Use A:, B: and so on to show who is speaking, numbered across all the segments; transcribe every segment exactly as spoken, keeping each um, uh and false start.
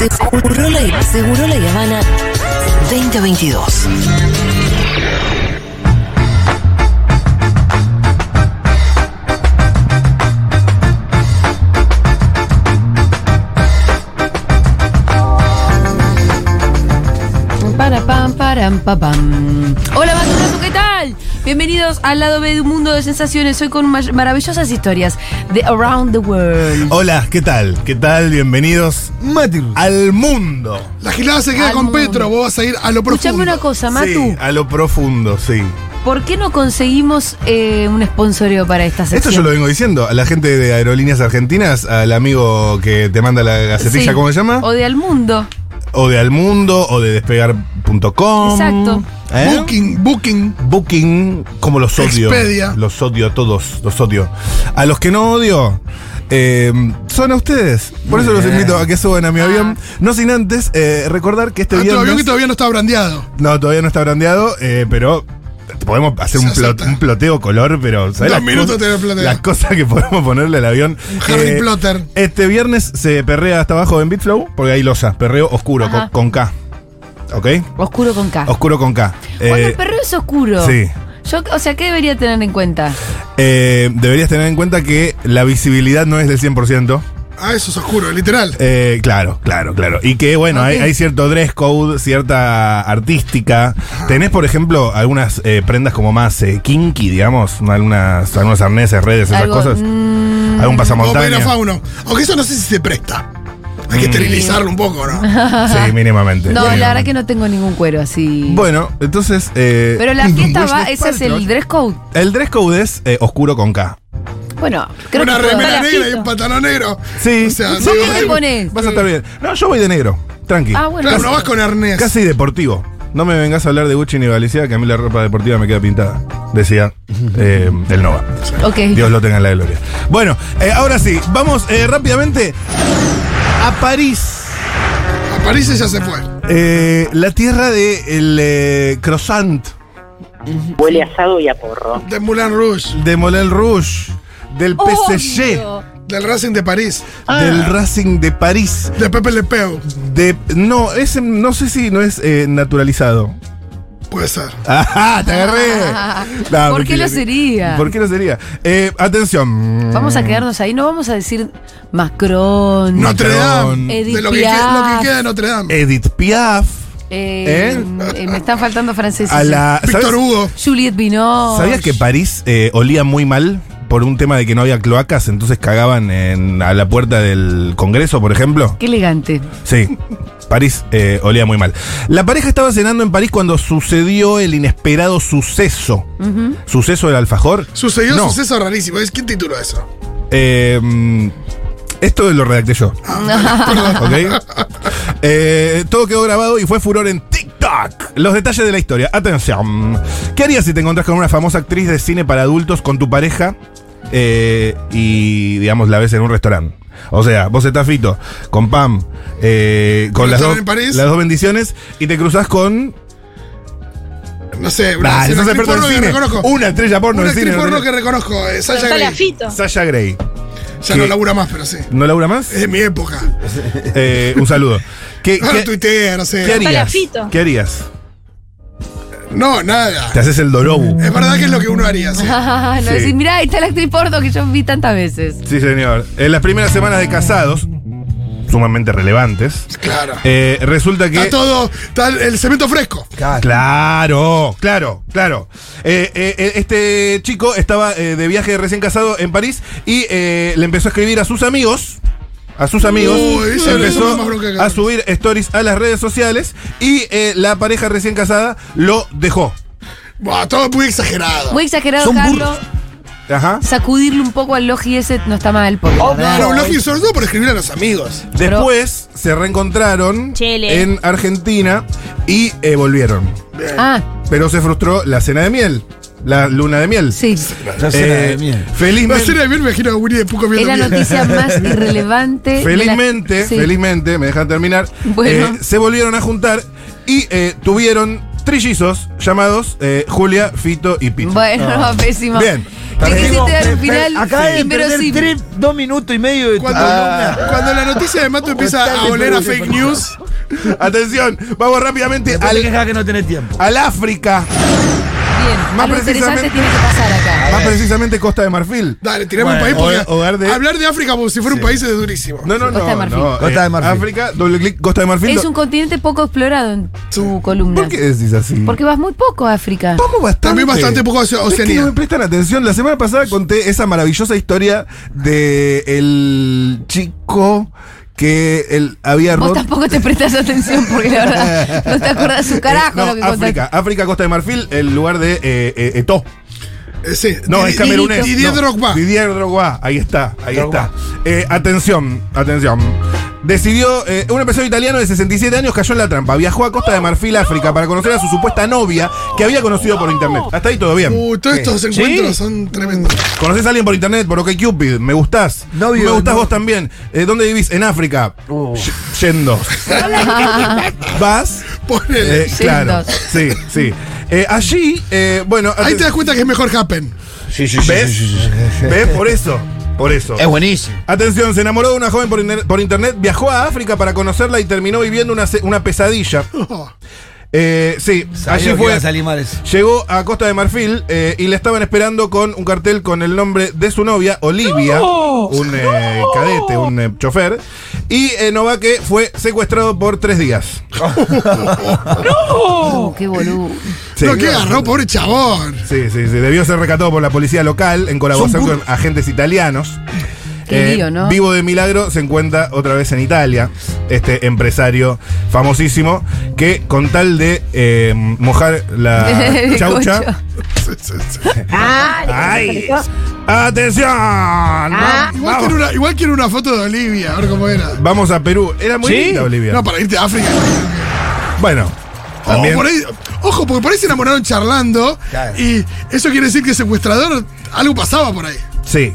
A: Seguro la, Seguro la Habana veinte veintidós.
B: Para pam, param, pa, pam. Hola, Matunazo, ¿qué tal? Bienvenidos al lado B de un mundo de sensaciones. Hoy con mar- maravillosas historias de Around the World.
C: Hola, ¿qué tal? ¿Qué tal? Bienvenidos
D: Mati.
C: al mundo.
D: La gilada se queda
B: Al
D: con
B: mundo.
D: Petro, vos vas a ir a lo profundo.
B: Escuchame una cosa, Matu.
C: Sí, a lo profundo, sí.
B: ¿Por qué no conseguimos eh, un sponsoreo para esta sección?
C: Esto yo lo vengo diciendo a la gente de Aerolíneas Argentinas, al amigo que te manda la gacetilla,
B: Sí.
C: ¿cómo se llama?
B: O de Al Mundo.
C: O de Almundo, o de despegar punto com.
B: Exacto.
C: ¿Eh?
D: Booking, Booking.
C: Booking, como los odio.
D: Expedia.
C: Los odio a todos, los odio. A los que no odio, eh, son a ustedes. Por eso los invito a que suban a mi
B: Ah.
C: avión. No sin antes eh, recordar que este
D: Ah, tu
C: viernes...
D: avión que todavía no está brandeado.
C: No, todavía no está brandeado, eh, pero podemos hacer un,
D: Se
C: plot-
D: acepta.
C: un ploteo color, pero ¿sabes
D: Dos
C: las
D: minutos
C: cosas-
D: te lo ploteo.
C: las cosas que podemos ponerle al avión?
D: Un Harry Potter.
C: Este viernes se perrea hasta abajo en Bitflow, porque hay losa, perreo oscuro,
B: Ajá.
C: con, con K. ¿Ok?
B: Oscuro con K.
C: Oscuro con K.
B: Cuando
C: Eh,
B: el perreo es oscuro.
C: sí.
B: Yo, o sea, ¿qué debería tener en cuenta?
C: eh, deberías tener en cuenta que la visibilidad no es del cien por ciento.
D: Ah, eso es oscuro, literal.
C: Eh, claro, claro, claro. Y que bueno,
B: Ok.
C: hay, hay cierto dress code, cierta artística. Tenés, por ejemplo, algunas eh, prendas como más eh, kinky, digamos, algunas, algunos arneses, redes, esas
B: Algo,
C: cosas.
B: mm,
C: Algún
D: O
C: pasamontaña.
D: fauno. Aunque eso no sé si se presta. Hay
C: Mm.
D: que esterilizarlo un poco, ¿no?
C: Sí, mínimamente.
B: no,
C: mínimamente.
B: la verdad que no tengo ningún cuero así.
C: Bueno, entonces. eh,
B: Pero la fiesta va,
C: Business
B: ese es el
C: Patrol.
B: dress code.
C: El dress code es eh, oscuro con K.
B: Bueno, creo
D: Una
B: que puedo.
D: remera negra y
B: Palafito.
D: un pantalón negro.
C: Sí.
D: O sea,
C: Sí,
B: ¿Vos
D: digo,
B: qué te pones?
C: Vas a estar bien. No, yo voy de negro. Tranqui.
B: Ah, bueno.
D: Claro, no vas con arnés.
C: Casi deportivo. No me vengas a hablar de Gucci ni Balenciaga, que a mí la ropa deportiva me queda pintada. Decía eh, el Nova.
B: Ok.
C: Dios lo tenga en la gloria. Bueno, eh, ahora sí, vamos eh, rápidamente a París.
D: A París ya se fue.
C: Eh, la tierra de el eh, croissant,
E: Huele a asado y a porro.
D: De Moulin Rouge.
C: de Moulin Rouge, del P S G,
B: Obvio.
D: Del Racing de París.
C: del Racing de París.
D: De Pepe Le Pew.
C: De, no, ese no sé si no es eh, naturalizado.
D: Puede ser.
C: ¡Ajá! ¡Te agarré! No,
B: ¿Por qué
C: mentira.
B: lo sería?
C: ¿Por qué lo sería? Eh, atención.
B: Vamos a quedarnos ahí, no vamos a decir Macron.
D: Notre Dame.
B: Edith
D: De lo que,
B: Piaf.
D: que- lo que queda de Notre Dame.
C: Edith Piaf.
B: Eh, eh, me están faltando franceses.
C: A la,
D: Víctor
C: ¿sabes-
D: Hugo.
B: Juliette Binoche.
C: ¿Sabías que París eh, olía muy mal por un tema de que no había cloacas? Entonces cagaban en- a la puerta del Congreso, por ejemplo.
B: Qué elegante.
C: Sí, París eh, olía muy mal. La pareja estaba cenando en París cuando sucedió el inesperado suceso. ¿Suceso del alfajor?
D: Sucedió
C: No.
D: un suceso rarísimo. ¿Es- ¿Quién tituló eso?
C: Eh, mm, esto lo redacté yo. ¿Ok? Eh, todo quedó grabado y fue furor en TikTok. Los detalles de la historia. Atención. ¿Qué harías si te encontrás con una famosa actriz de cine para adultos con tu pareja eh, y, digamos, la ves en un restaurante? O sea, vos estás Fito, con Pam, eh, con
D: ¿Un
C: las dos,
D: restaurante en París?
C: las dos bendiciones y te cruzás con...
D: No sé, una,
C: Dale,
D: una
C: sos
D: actriz
C: experto en
D: porno que
C: cine.
D: reconozco.
C: Una estrella porno
D: Una
C: en
D: actriz
C: cine.
D: porno
C: no
D: que reconozco. eh, Sasha
F: Preguntale a
D: Grey.
F: Fito.
C: Sasha Grey.
D: Ya
C: ¿Qué?
D: no labura más, pero sí.
C: ¿No labura más?
D: Es de mi época.
C: Eh, un saludo. ¿Qué,
D: Ahora
C: qué-
D: tuitea, no sé.
C: ¿Qué
F: Preguntale a
C: harías?
F: Fito.
C: ¿Qué harías?
D: No, nada.
C: Te haces el dorobu.
D: Es verdad que es lo que uno haría, sí.
B: no,
C: Sí.
B: decir, mirá, ahí está la actriz porno que yo vi tantas veces.
C: Sí, señor. En las primeras semanas de casados, sumamente relevantes,
D: Claro.
C: eh, resulta que...
D: Está todo, está el cemento fresco.
C: Claro, claro, claro. Eh, eh, eh, este chico estaba eh, de viaje recién casado en París y eh, le empezó a escribir a sus amigos. A sus amigos.
D: Uy, eso- eso
C: empezó
D: es más bronca que
C: a subir stories a las redes sociales y eh, la pareja recién casada lo dejó.
D: Buah, todo muy exagerado.
B: Muy exagerado,
C: Son
B: Carlos.
C: burros. Ajá.
B: Sacudirle un poco al logi ese no está mal. Porque, la verdad,
D: Claro, lógico, sobre todo por escribir a los amigos.
C: Después se reencontraron
F: Chele.
C: en Argentina y eh, volvieron.
B: Ah,
C: Pero se frustró la cena de miel. La luna de miel.
B: sí.
D: La
C: Eh,
D: cena de miel.
C: Felizmente.
D: La cena de miel me imagino a Winnie de Pooh comiendo
B: Es la
D: miel.
B: noticia más irrelevante. de la-
C: Felizmente,
B: Sí.
C: felizmente, me dejan terminar.
B: Bueno.
C: eh, se volvieron a juntar y eh, tuvieron trillizos llamados eh, Julia, Fito y Pito.
B: Bueno, no, pésimo.
C: Bien.
B: Te
F: Digo,
B: quisiste dar un
F: pe-
B: final
F: acá de perder
B: inverosímil.
F: tres, dos minutos y medio de tu
D: Cuando,
F: columna.
D: cuando la noticia de Mato empieza a oler a fake news,
C: Atención, vamos rápidamente
F: Después te
C: al,
F: quejas que no tenés tiempo.
C: al África.
B: Bien,
C: Más
B: algo interesante
C: precisamente-
B: tiene que pasar acá.
C: Más precisamente Costa de Marfil.
D: dale, tiremos
F: Bueno,
D: un país porque
C: o- hogar de-
D: hablar de África como si fuera un país es durísimo.
C: No, no, no.
B: Costa de Marfil.
C: no,
F: Costa de
C: eh,
F: Marfil.
C: África, doble clic, Costa de Marfil.
B: Es un continente poco explorado en tu columna.
C: ¿Por qué decís así?
B: Porque vas muy poco a África.
C: Vamos bastante.
D: También bastante poco Oce-
C: Es que
D: Oceanía.
C: no me prestan atención. La semana pasada conté esa maravillosa historia de el chico que él había
B: Vos
C: roto.
B: tampoco te prestas atención porque la verdad no te acuerdas su carajo
C: Eh, no,
B: lo que
C: África,
B: contaste.
C: África, Costa de Marfil, el lugar de eh, eh, Eto'o.
D: Eh, sí.
C: No,
D: Di-
C: es camerunés.
D: Di- Didier
C: no.
D: Drogba.
C: Didier Drogba, ahí está, ahí
F: Drogba.
C: está. Eh, atención, atención. Decidió, eh, un empresario italiano de sesenta y siete años cayó en la trampa. Viajó a Costa de Marfil, África, para conocer a su supuesta novia que había conocido por internet. Hasta ahí todo bien.
D: Uh, todos estos
F: ¿Sí?
D: encuentros son tremendos.
C: ¿Conocés a alguien por internet, por OkCupid? Me gustás.
F: Novio,
C: Me gustás
F: no.
C: vos también. Eh, ¿Dónde vivís? En África.
F: Uh.
C: Y- Yendo. ¿Vas?
D: Ponele.
C: Eh, claro. Sí, sí. Eh, allí, eh, bueno.
D: Ahí
C: aten-
D: te das cuenta que es mejor Happen.
F: Sí, sí,
C: ¿Ves? ¿Ves? Por eso. Por eso.
F: Es buenísimo.
C: Atención, se enamoró de una joven por, iner- por internet, viajó a África para conocerla y terminó viviendo una, se- una pesadilla. Eh, sí,
F: Sabía
C: allí
F: que iba
C: fue.
F: a salir mal eso.
C: Llegó a Costa de Marfil eh, y le estaban esperando con un cartel con el nombre de su novia, Olivia, un eh, cadete, un eh, chofer. Y eh, Novake fue secuestrado por tres días.
B: Oh, qué boludo.
C: Sí,
D: no, qué
C: claro.
D: agarró, pobre chabón.
C: Sí, sí, sí. Debió ser rescatado por la policía local en colaboración
F: Son
C: con agentes italianos.
B: Qué lío, ¿no?
C: Vivo de milagro se encuentra otra vez en Italia. Este empresario famosísimo que con tal de eh, mojar la
B: El
C: chaucha.
B: cocho.
C: ¡Ay! ¡Atención! Va-
D: Igual quiero,
C: vamos,
D: una, igual quiero una foto de Olivia, a ver cómo era.
C: vamos a Perú. Era muy
F: ¿Sí?
C: linda, Olivia.
D: No, para irte a África.
C: Bueno,
D: O
C: también.
D: por ahí- ojo, porque por ahí se enamoraron charlando.
F: Claro.
D: Y eso quiere decir que el secuestrador, algo pasaba por ahí.
C: Sí.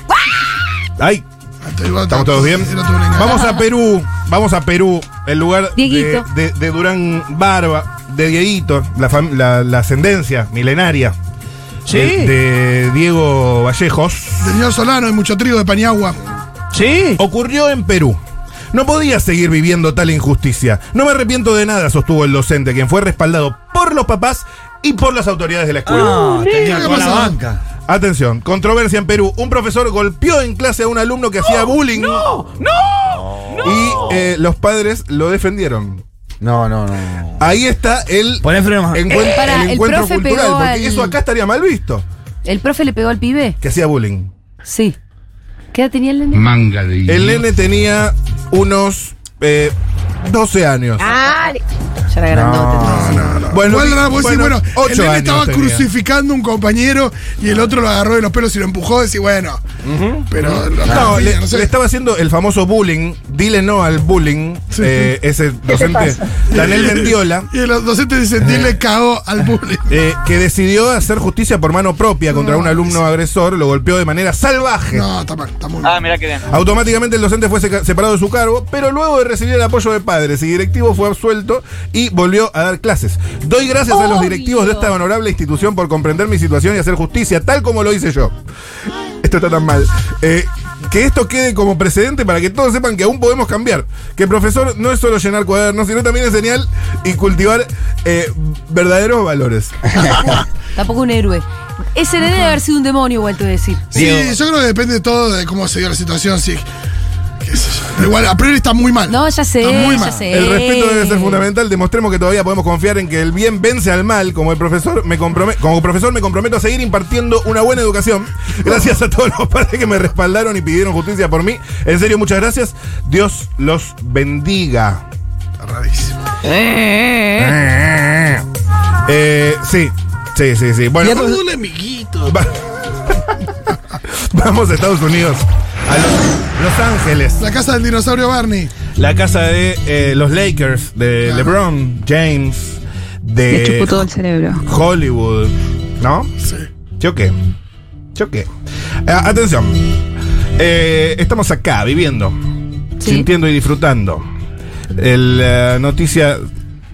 C: ¡Ay!
D: Igual,
C: ¿Estamos todos bien?
D: era todo un engaño.
C: Vamos a Perú, vamos a Perú, el lugar de,
B: Dieguito.
C: de- de Durán Barba, de Dieguito, la, fam- la- la ascendencia milenaria
F: Sí.
C: de, de Diego Vallejos,
D: Señor Solano, hay mucho trigo de Paniagua.
F: Sí.
C: ocurrió en Perú. No podía seguir viviendo tal injusticia. No me arrepiento de nada, sostuvo el docente, quien fue respaldado por los papás y por las autoridades de la escuela.
F: Ah, tenía
D: ¿Qué
F: toda la
D: pasó?
F: banca.
C: Atención, controversia en Perú. Un profesor golpeó en clase a un alumno que hacía bullying. ¡No! ¡No! Y eh, los padres lo defendieron.
F: No, no, no.
C: Ahí está el,
F: Poné freno más.
C: encuen-
B: Eh, pará,
C: el
B: el
C: encuentro
B: profe
C: cultural,
B: pegó
C: porque
B: al-
C: eso acá estaría mal visto.
B: ¿El profe le pegó al pibe?
C: Que hacía bullying.
B: Sí. ¿Qué edad tenía el nene?
G: Manga de
C: El nene tenía unos eh, doce años.
B: Ah, ya era grandote. entonces.
D: No, no.
C: Bueno,
D: Igual nada, vos decís,
C: bueno,
D: bueno, el
C: ocho
D: nene
C: años
D: estaba
C: tenía.
D: crucificando a un compañero y el otro lo agarró de los pelos y lo empujó. Decís, bueno. Pero.
C: No, le,
D: no sé.
C: le estaba haciendo el famoso bullying. Dile no al bullying.
D: Sí.
C: Eh, ese docente, Daniel Mendiola.
D: Y los docentes dicen, dile cago al bullying.
C: Eh, que decidió hacer justicia por mano propia contra un alumno agresor, lo golpeó de manera salvaje.
D: No, está mal, está muy mal.
E: Ah, mirá que bien.
C: Automáticamente el docente fue seca- separado de su cargo, pero luego de recibir el apoyo de padres y directivos fue absuelto y volvió a dar clases. Doy gracias a los
B: Obvio.
C: directivos de esta honorable institución por comprender mi situación y hacer justicia, tal como lo hice yo. Esto está tan mal. Eh, que esto quede como precedente para que todos sepan que aún podemos cambiar. Que el profesor no es solo llenar cuadernos, sino también enseñar y cultivar eh, verdaderos valores.
B: Tampoco un héroe. Ese nene debe haber sido un demonio, igual te voy a decir.
D: Sí,
F: Diego.
D: yo creo que depende todo de cómo se dio la situación. Sí. Qué sé yo. Igual, a priori está muy mal.
B: No, ya sé,
D: Está muy
B: ya
D: mal.
B: sé.
C: El respeto debe ser fundamental. Demostremos que todavía podemos confiar en que el bien vence al mal. Como el profesor me comprome- como profesor me comprometo a seguir impartiendo una buena educación. Gracias a todos los padres que me respaldaron y pidieron justicia por mí. En serio, muchas gracias. Dios los bendiga.
D: Rarísimo.
C: Eh, sí, sí, sí, sí. Bueno,
D: Hola, amiguito.
C: va- vamos a Estados Unidos. A Los, Los Ángeles.
D: La casa del dinosaurio Barney.
C: La casa de eh, los Lakers, de
D: Claro.
C: LeBron James,
H: Le
C: de
H: chupó todo el cerebro.
C: Hollywood, ¿no?
D: Sí.
C: Choque. Choque. Eh, atención. Eh, estamos acá viviendo,
B: Sí.
C: sintiendo y disfrutando. El, eh, noticia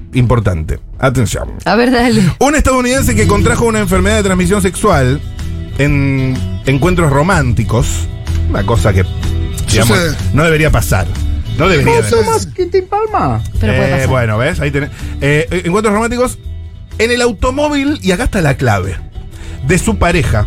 C: importante. Atención.
B: A ver, dale.
C: Un estadounidense que contrajo una enfermedad de transmisión sexual en encuentros románticos, una cosa que, digamos,
D: Sucede.
C: no debería pasar. No debería.
F: ¿Cómo más Quintín Palma?
B: Pero puede
C: Eh,
B: pasar.
C: bueno, ¿ves? Ahí tenés. Eh, encuentros románticos en el automóvil, y acá está la clave, de su pareja.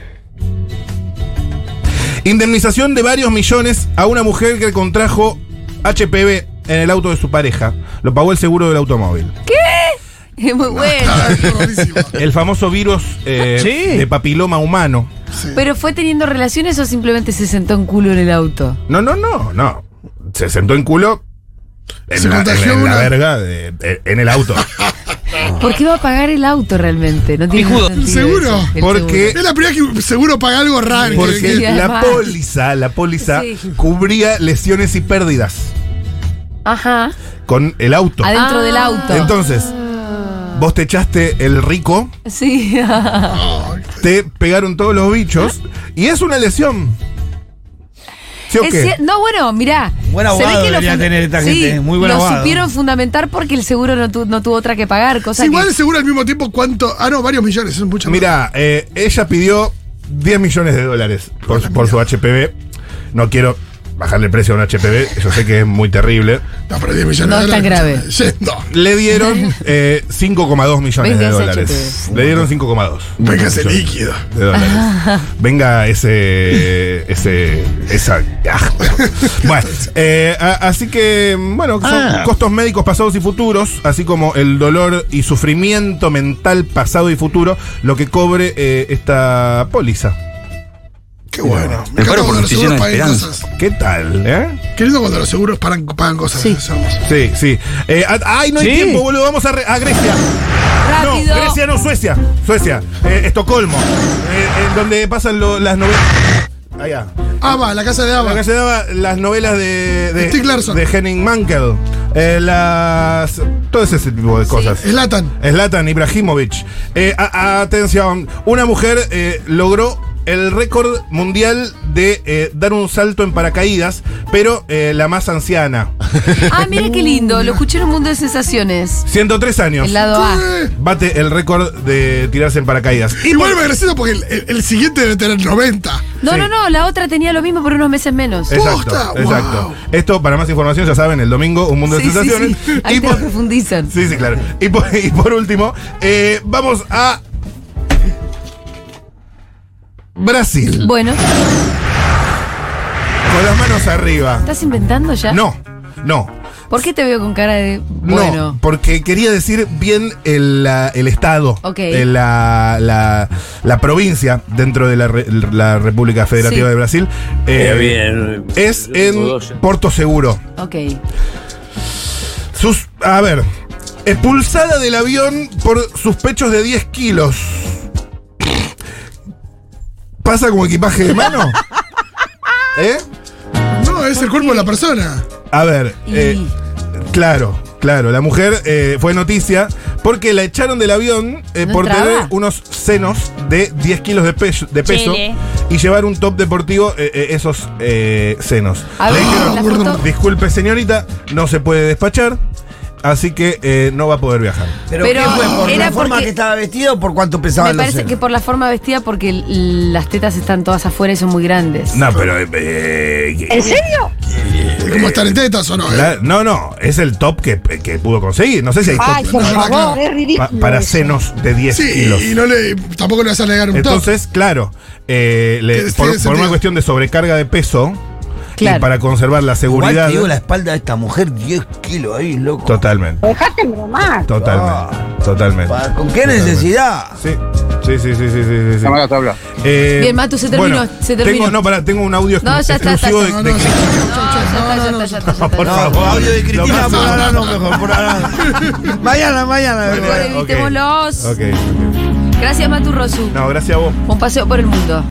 C: Indemnización de varios millones a una mujer que contrajo H P V en el auto de su pareja. Lo pagó el seguro del automóvil.
B: Es muy bueno.
D: Ah, es buenísimo.
C: El famoso virus eh,
F: Sí.
C: de papiloma humano.
D: Sí.
B: ¿Pero fue teniendo relaciones o simplemente se sentó en culo en el auto?
C: No, no, no, no. Se sentó en culo en,
D: Se
C: la, en
D: contagió
C: la- en la
D: una-
C: verga, de- de- en el auto.
B: ¿Por qué va a pagar el auto realmente? No tiene
F: Pijudo.
B: sentido
D: ¿Seguro?
B: eso, el
C: Porque-
D: Es la primera que seguro paga algo raro.
C: Porque
D: que-
B: Sí,
C: la
B: además.
C: póliza, la póliza
B: Sí.
C: cubría lesiones y pérdidas
B: Ajá.
C: con el auto.
B: Adentro
C: Ah.
B: del auto.
C: Entonces, vos te echaste el rico,
B: Sí.
C: te pegaron todos los bichos y es una lesión. ¿Sí o
B: Es
C: qué?
B: cier- no, bueno, mirá.
F: Buen abogado debería
B: funda-
F: tener esta
B: sí,
F: gente, muy buen
B: lo
F: abogado.
B: supieron fundamentar porque el seguro no, tu- no tuvo otra que pagar, cosa
D: Sí,
B: que...
D: igual seguro al mismo tiempo cuánto. Ah, no, varios millones, son muchas.
C: Mira, eh, ella pidió diez millones de dólares por, por su H P V. No quiero bajarle el precio a un H P V, yo sé que es muy terrible.
D: No, pero diez millones
B: No
D: de
B: es tan
D: dólares.
B: grave.
D: Yendo.
C: Le dieron eh, cinco coma dos millones
B: Venga
C: de
B: ese
C: dólares.
B: H P V.
C: Le dieron cinco coma dos.
D: Venga ese líquido.
C: De dólares. Venga ese. ese. esa. ah, bueno, eh, a- así que, bueno, son
F: Ah.
C: costos médicos pasados y futuros, así como el dolor y sufrimiento mental pasado y futuro, lo que cobre eh, esta póliza.
D: Qué bueno. Me
F: Mejor
D: encanta
F: por
D: cuando los
F: justicia
D: seguros
F: no
D: paguen
F: esperanza.
D: cosas.
C: ¿Qué tal, eh?
D: Qué lindo cuando los seguros pagan, pagan cosas.
B: Sí.
D: Es hermoso.
C: Sí, sí. Eh, a- ¡Ay, no hay
F: Sí.
C: tiempo, boludo! Vamos a, re- a Grecia.
B: ¡Rápido!
C: No, Grecia no, Suecia. Suecia. Eh, Estocolmo. Eh, en donde pasan lo- las novelas. Allá.
D: Ah, va, la casa de Ava.
C: Acá se daba las novelas de, de,
D: Stieg Larsson.
C: de Henning Mankell. Eh, las. Todo ese tipo de cosas.
D: Zlatan.
C: Zlatan Ibrahimovic. Eh, a- a- atención, una mujer eh, logró el récord mundial de eh, dar un salto en paracaídas, pero eh, la más anciana.
B: Ah, mira qué lindo. Lo escuché en un mundo de sensaciones.
C: ciento tres años.
B: El lado A.
D: Eh,
C: Bate el récord de tirarse en paracaídas.
D: Igual me gracioso porque el, el- el siguiente debe tener noventa.
B: No,
C: Sí.
B: no, no. La otra tenía lo mismo por unos meses menos.
C: Exacto,
D: Posta,
C: exacto.
D: wow.
C: Esto, para más información, ya saben, el domingo, un mundo
B: Sí,
C: de
B: sí,
C: sensaciones.
B: sí. Ahí
C: Y
B: te
C: por-
B: lo profundizan.
C: Sí, sí, claro. Y por, y por último, eh, vamos a Brasil.
B: Bueno,
C: Con las manos arriba.
B: ¿estás inventando ya?
C: No, no.
B: ¿Por qué te veo con cara de...
C: No,
B: Bueno.
C: porque quería decir bien el, la- el estado,
B: Ok.
C: eh, la, la- la provincia dentro de la, re- la República Federativa
B: Sí.
C: de Brasil. eh,
G: bien.
C: Es en Porto Seguro.
B: Ok.
C: Sus, a ver, expulsada del avión por sus pechos de diez kilos. ¿Pasa como equipaje de mano? ¿Eh?
D: No, es el cuerpo de la persona.
C: A ver,
B: Y-
C: eh, claro, claro, la mujer eh, fue noticia porque la echaron del avión eh,
B: ¿No
C: por
B: entraba?
C: tener unos senos de diez kilos de, peso, de peso
B: Chile.
C: y llevar un top deportivo eh, eh, esos eh, senos.
B: A
C: Le
B: ver,
C: dijeron,
B: la foto.
C: disculpe señorita, no se puede despachar, así que eh, no va a poder viajar.
F: ¿Pero,
B: Pero
F: qué fue? ¿Por
B: era
F: la forma
B: porque-
F: que estaba vestido o por cuánto pesaba
B: Me
F: el
B: parece
F: seno?
B: que por la forma vestida, porque l- las tetas están todas afuera y son muy grandes.
C: No, pero... eh, eh,
E: ¿En serio?
D: ¿Es como estar en tetas o no? eh?
C: la- no, no, es el top que, que pudo conseguir. No sé si hay top
E: Ay, por
D: no, no,
E: favor,
D: claro.
E: es
C: pa-
E: ridículo.
C: para
E: eso.
C: senos de diez
D: Sí,
C: kilos.
D: y no le, tampoco le vas a negar un top.
C: Entonces, claro, eh, le-
D: Tiene
C: por, por
D: sentido.
C: una cuestión de sobrecarga de peso
B: Claro.
C: y para conservar la
F: Igual
C: seguridad.
F: te digo la espalda de esta mujer, diez kilos ahí, loco.
C: Totalmente,
E: Dejate bromar.
C: totalmente, totalmente.
F: Pa- ¿Con qué necesidad?
C: Sí, sí, sí, sí, sí, sí, sí.
G: Cámara, tabla.
C: Eh,
B: Bien, Matu, se terminó,
C: bueno,
B: se terminó.
C: Tengo, no, pará, tengo un audio
B: No,
C: exclu-
B: ya está,
C: exclusivo
B: está,
C: de,
D: No,
C: de
D: no,
C: Cristina.
D: chau, chau,
B: No,
D: chau,
B: ya
D: chau.
B: está,
D: No,
B: ya
D: no,
B: está, ya
D: no,
B: está, ya está.
C: Por
F: No,
C: favor.
F: audio de Cristina
C: Lo más-
F: por ahora no, mejor, por ahora no. Mañana, mañana.
B: Bueno,
F: bebé.
B: evitémoslos.
C: Ok.
B: Gracias, Matu Rosu.
C: No, gracias a vos.
B: Un paseo por el mundo.